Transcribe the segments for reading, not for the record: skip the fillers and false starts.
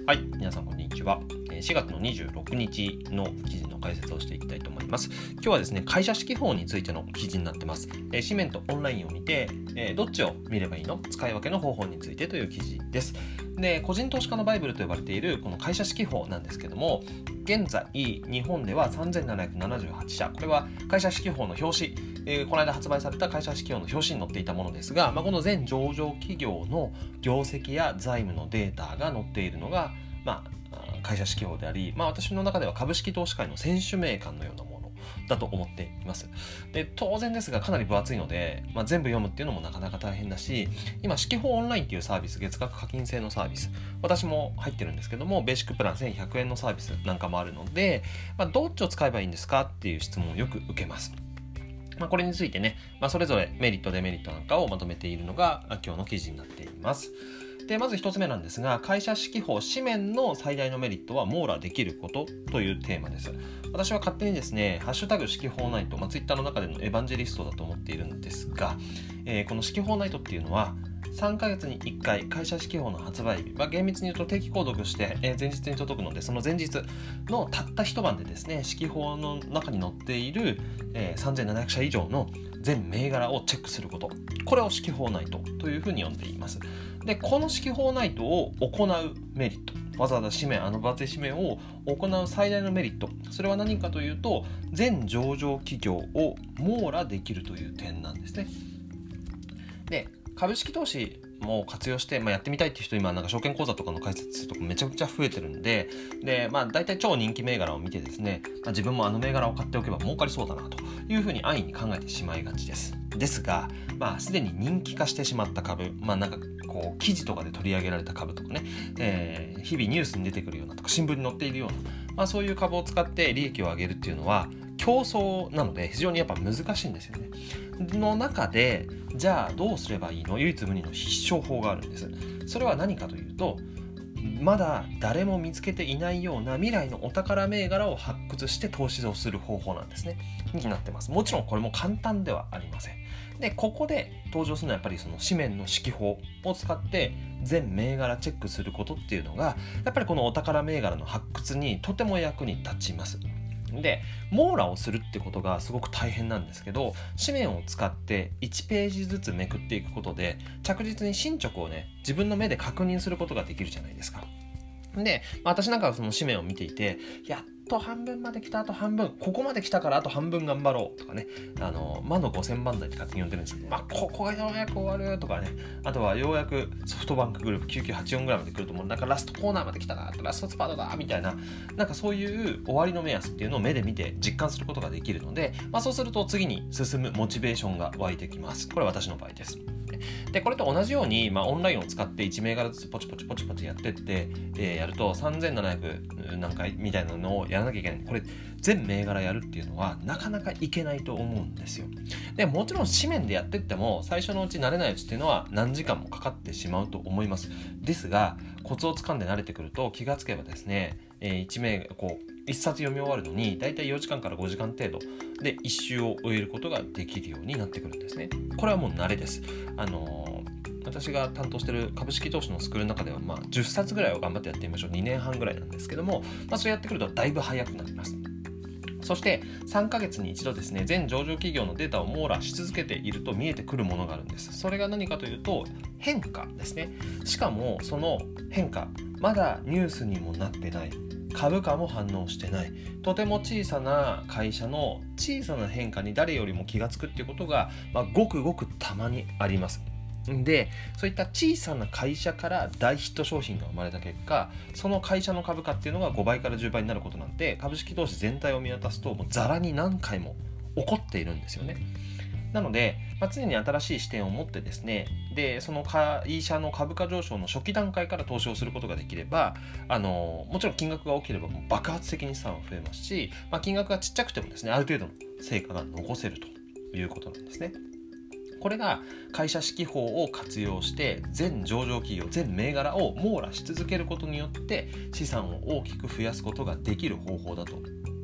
はい、皆さんこんにちは。4月の26日の記事の解説をしていきたいと思います。今日はですね、会社指揮法についての記事になってます。紙面とオンラインを見て、どっちを見ればいいの？使い分けの方法についてという記事です。で、個人投資家のバイブルと呼ばれているこの会社指揮法なんですけども、現在日本では3778社、これは会社指揮法の表紙、この間発売された会社指揮法の表紙に載っていたものですが、この全上場企業の業績や財務のデータが載っているのが、会社指揮法であり、私の中では株式投資界の選手名鑑のようなものだと思っています。で、当然ですがかなり分厚いので、全部読むっていうのもなかなか大変だし、今指揮法オンラインっていうサービス、月額課金制のサービス、私も入ってるんですけども、ベーシックプラン1100円のサービスなんかもあるので、どっちを使えばいいんですかっていう質問をよく受けます。これについてね、それぞれメリットデメリットなんかをまとめているのが今日の記事になっています。で、まず一つ目なんですが、会社指揮法紙面の最大のメリットは網羅できることというテーマです。私は勝手にですね、ハッシュタグ指揮法ナイト、ツイッターの中でのエヴァンジェリストだと思っているんですが、この指揮法ナイトっていうのは3ヶ月に1回会社指揮法の発売日、厳密に言うと定期購読して、前日に届くので、その前日のたった一晩でですね、指揮法の中に載っている、3700社以上の全銘柄をチェックすること、これを指揮法ナイトというふうに呼んでいます。で、この指揮法ナイトを行うメリット、わざわざ紙面、分厚い紙面を行う最大のメリット、それは何かというと、全上場企業を網羅できるという点なんですね。で、株式投資も活用して、やってみたいっていう人、今証券口座とかの開設するとこめちゃくちゃ増えてるんで、大体超人気銘柄を見てですね、自分も銘柄を買っておけば儲かりそうだなというふうに安易に考えてしまいがちです。ですが、すでに人気化してしまった株、記事とかで取り上げられた株とかね、日々ニュースに出てくるようなとか新聞に載っているような、そういう株を使って利益を上げるっていうのは競争なので非常にやっぱ難しいんですよね。の中で、じゃあどうすればいいの？唯一無二の必勝法があるんです。それは何かというと、まだ誰も見つけていないような未来のお宝銘柄を発掘して投資をする方法なんですね。になってます。もちろんこれも簡単ではありません。で、ここで登場するのはやっぱりその紙面の指揮法を使って全銘柄チェックすることっていうのが、やっぱりこのお宝銘柄の発掘にとても役に立ちます。で、網羅をするってことがすごく大変なんですけど、紙面を使って1ページずつめくっていくことで着実に進捗をね、自分の目で確認することができるじゃないですか。で、私なんかはその紙面を見ていて、やっと半分まで来た、あと半分、ここまで来たからあと半分頑張ろうとかね、魔の5000番台って勝手に呼んでるんですけど、ここがようやく終わるとかね、あとはようやくソフトバンクグループ9984ぐらいまで来ると、もうラストコーナーまで来たな、ラストスパートだみたいな、そういう終わりの目安っていうのを目で見て実感することができるので、そうすると次に進むモチベーションが湧いてきます。これは私の場合です。で、これと同じように、オンラインを使って1銘柄ずつポチポチやってって、やると3700何回みたいなのをやらなきゃいけない。これ全銘柄やるっていうのはなかなかいけないと思うんですよ。で、もちろん紙面でやってっても最初のうち慣れないうちっていうのは何時間もかかってしまうと思います。ですが、コツをつかんで慣れてくると気がつけばですね、一冊読み終わるのにだいたい4時間から5時間程度で一周を終えることができるようになってくるんですね。これはもう慣れです。私が担当している株式投資のスクールの中では10冊ぐらいを頑張ってやってみましょう。2年半ぐらいなんですけども、それやってくるとだいぶ早くなります。そして3ヶ月に一度ですね、全上場企業のデータを網羅し続けていると見えてくるものがあるんです。それが何かというと変化ですね。しかもその変化、まだニュースにもなってない、株価も反応してない、とても小さな会社の小さな変化に誰よりも気がつくっていうことが、ごくごくたまにあります。で、そういった小さな会社から大ヒット商品が生まれた結果、その会社の株価っていうのが5倍から10倍になることなんて、株式投資全体を見渡すともうザラに何回も起こっているんですよね。なので、常に新しい視点を持ってですね、で、その会社の株価上昇の初期段階から投資をすることができれば、もちろん金額が大きければもう爆発的に資産は増えますし、金額がちっちゃくてもですね、ある程度の成果が残せるということなんですね。これが会社指揮法を活用して全上場企業、全銘柄を網羅し続けることによって資産を大きく増やすことができる方法だと思ってます。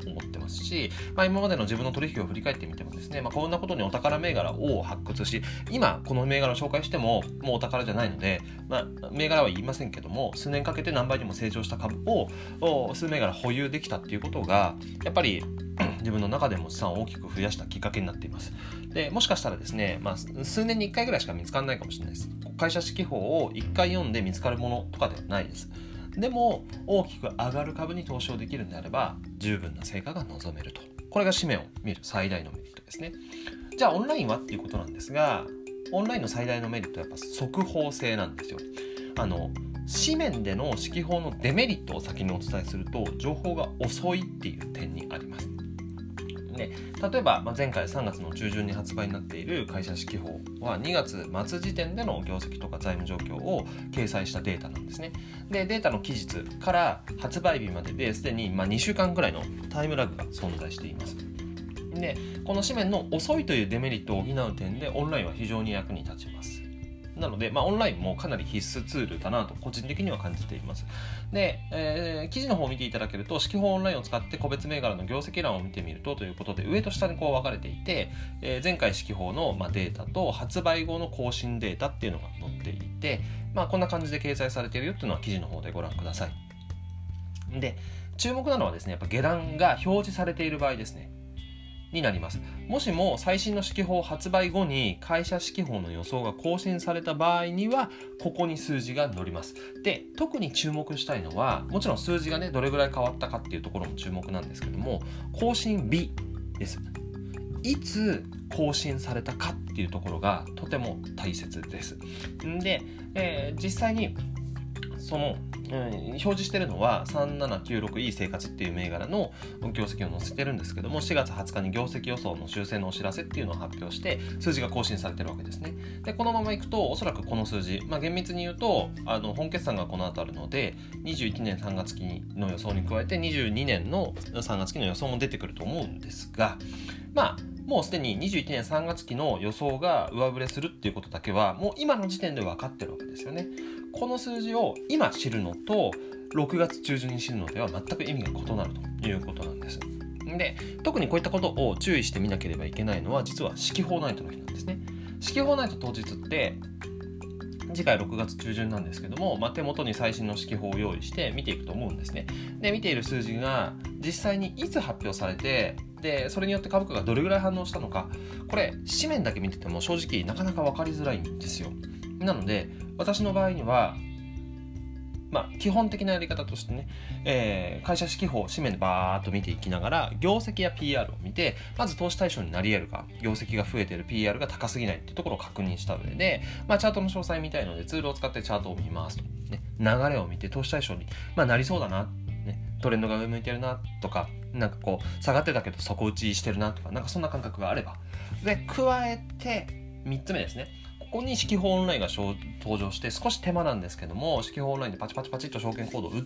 ますし、今までの自分の取引を振り返ってみてもですね、こんなことにお宝銘柄を発掘し、今この銘柄を紹介してももうお宝じゃないので、銘柄は言いませんけども、数年かけて何倍にも成長した株を数銘柄保有できたっていうことがやっぱり自分の中でも資産を大きく増やしたきっかけになっています。で、もしかしたらですね、数年に1回ぐらいしか見つからないかもしれないです。会社指揮法を1回読んで見つかるものとかではないです。でも大きく上がる株に投資をできるんであれば十分な成果が望めると。これが紙面を見る最大のメリットですね。じゃあオンラインはっていうことなんですが、オンラインの最大のメリットはやっぱ速報性なんですよ。紙面での指揮法のデメリットを先にお伝えすると、情報が遅いっていう点にあります。例えば、前回3月の中旬に発売になっている会社指揮法は2月末時点での業績とか財務状況を掲載したデータなんですね。で、データの期日から発売日までですでに2週間ぐらいのタイムラグが存在しています。で、この紙面の遅いというデメリットを補う点でオンラインは非常に役に立ちます。なので、オンラインもかなり必須ツールだなと個人的には感じています。で、記事の方を見ていただけると、指揮法オンラインを使って個別銘柄の業績欄を見てみるとということで、上と下に分かれていて、前回指揮法のデータと発売後の更新データっていうのが載っていて、こんな感じで掲載されているよっていうのは記事の方でご覧ください。で、注目なのはですね、やっぱ下段が表示されている場合ですね。になります。もしも最新の指揮法発売後に会社指揮法の予想が更新された場合にはここに数字が載ります。で、特に注目したいのは、もちろん数字がねどれぐらい変わったかっていうところも注目なんですけども、更新日です。いつ更新されたかっていうところがとても大切です。で、実際にその表示しているのは3796いい生活っていう銘柄の業績を載せてるんですけども、4月20日に業績予想の修正のお知らせっていうのを発表して数字が更新されてるわけですね。で、このままいくとおそらくこの数字、厳密に言うと本決算がこの後あるので21年3月期の予想に加えて22年の3月期の予想も出てくると思うんですが、もうすでに21年3月期の予想が上振れするっていうことだけはもう今の時点で分かってるわけですよね。この数字を今知るのと6月中旬に知るのでは全く意味が異なるということなんです。で、特にこういったことを注意してみなければいけないのは実は指揮法ナイトの日なんですね。指揮法ナイト当日って次回6月中旬なんですけども、手元に最新の指揮法を用意して見ていくと思うんですね。で、見ている数字が実際にいつ発表されて、でそれによって株価がどれぐらい反応したのか、これ紙面だけ見てても正直なかなか分かりづらいんですよ。なので私の場合には基本的なやり方としてね、会社指揮法を紙面でバーッと見ていきながら業績や PR を見て、まず投資対象になり得るか、業績が増えている PR が高すぎないっていうところを確認した上で、チャートの詳細見たいのでツールを使ってチャートを見ますと、流れを見て投資対象に、なりそうだな、トレンドが上向いてるなとか、下がってたけど底打ちしてるなとか、そんな感覚があれば、で加えて3つ目ですね。ここに指揮法オンラインが登場して、少し手間なんですけども、指揮法オンラインでパチパチパチっと証券コードを打って、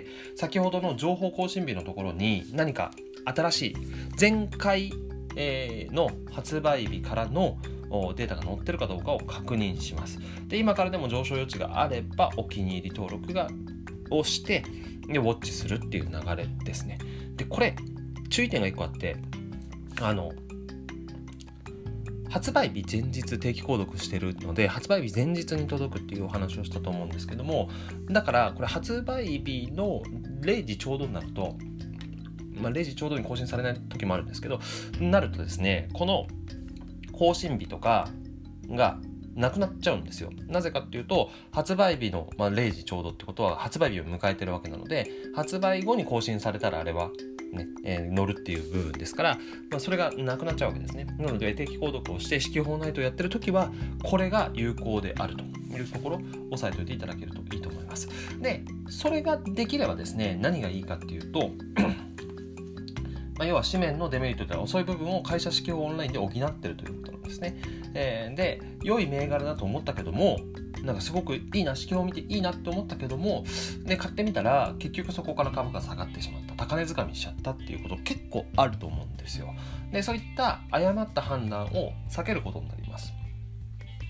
先ほどの情報更新日のところに何か新しい前回の発売日からのデータが載ってるかどうかを確認します。で、今からでも上昇余地があればお気に入り登録をしてでウォッチするっていう流れですね。で、これ注意点が1個あって、発売日前日定期購読してるので発売日前日に届くっていうお話をしたと思うんですけども、だからこれ発売日の0時ちょうどになると、0時ちょうどに更新されない時もあるんですけど、なるとですね、この更新日とかがなくなっちゃうんですよ。なぜかっていうと、発売日の0時ちょうどってことは発売日を迎えてるわけなので、発売後に更新されたらあれは乗るっていう部分ですから、それがなくなっちゃうわけですね。なので定期購読をして指揮法ナイトをやってるときはこれが有効であるというところを押さえておいていただけるといいと思います。で、それができればですね、何がいいかっていうと要は紙面のデメリットでは遅い部分を会社指揮法オンラインで補っているということなんですね。で、良い銘柄だと思ったけども、すごくいいな、指揮法を見ていいなって思ったけども、買ってみたら結局そこから株価が下がってしまった、高値掴みしちゃったっていうこと結構あると思うんですよ。で、そういった誤った判断を避けることになります。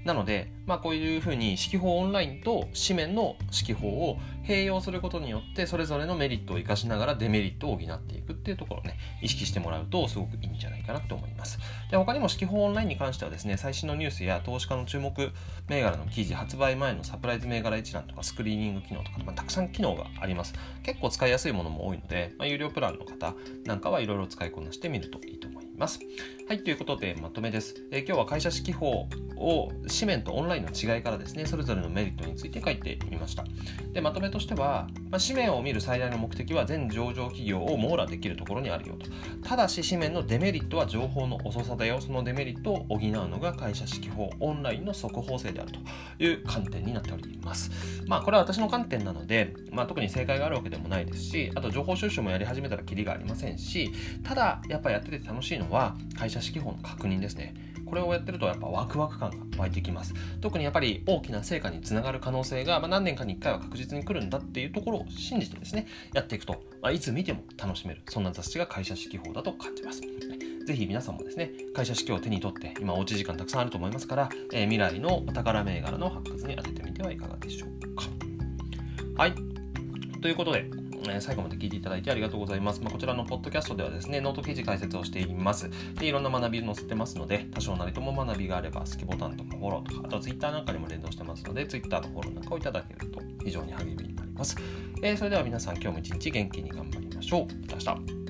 なので、こういうふうに指揮法オンラインと紙面の指揮法を併用することによって、それぞれのメリットを生かしながらデメリットを補っていくっていうところをね、意識してもらうとすごくいいんじゃないかなと思います。で、他にも指揮法オンラインに関してはですね、最新のニュースや投資家の注目銘柄の記事、発売前のサプライズ銘柄一覧とかスクリーニング機能とか、たくさん機能があります。結構使いやすいものも多いので、有料プランの方なんかはいろいろ使いこなしてみるといいと思います。はい、ということでまとめです。今日は会社指揮法を紙面とオンラインの違いからですね、それぞれのメリットについて書いてみました。で、まとめとしては、紙面を見る最大の目的は全上場企業を網羅できるところにあるよと。ただし紙面のデメリットは情報の遅さだよ。そのデメリットを補うのが会社指揮法オンラインの速報性であるという観点になっております。これは私の観点なので、特に正解があるわけでもないですし、あと情報収集もやり始めたらキリがありませんし、ただやっぱやってて楽しいのは会社指揮法の確認ですね。これをやってるとやっぱワクワク感が湧いてきます。特にやっぱり大きな成果につながる可能性が、何年かに1回は確実に来るんだっていうところを信じてですね、やっていくと、いつ見ても楽しめる、そんな雑誌が会社指揮法だと感じます。ぜひ皆さんもですね、会社指揮を手に取って、今おうち時間たくさんあると思いますから、未来のお宝銘柄の発掘に当ててみてはいかがでしょうか。はい。ということで、最後まで聞いていただいてありがとうございます。こちらのポッドキャストではですね、ノート記事解説をしています。で、いろんな学びを載せてますので、多少なりとも学びがあれば、好きボタンとかフォローとか、あとは Twitter なんかにも連動してますので、Twitter のフォローなんかをいただけると非常に励みになります。それでは皆さん、今日も一日元気に頑張りましょう。また明日。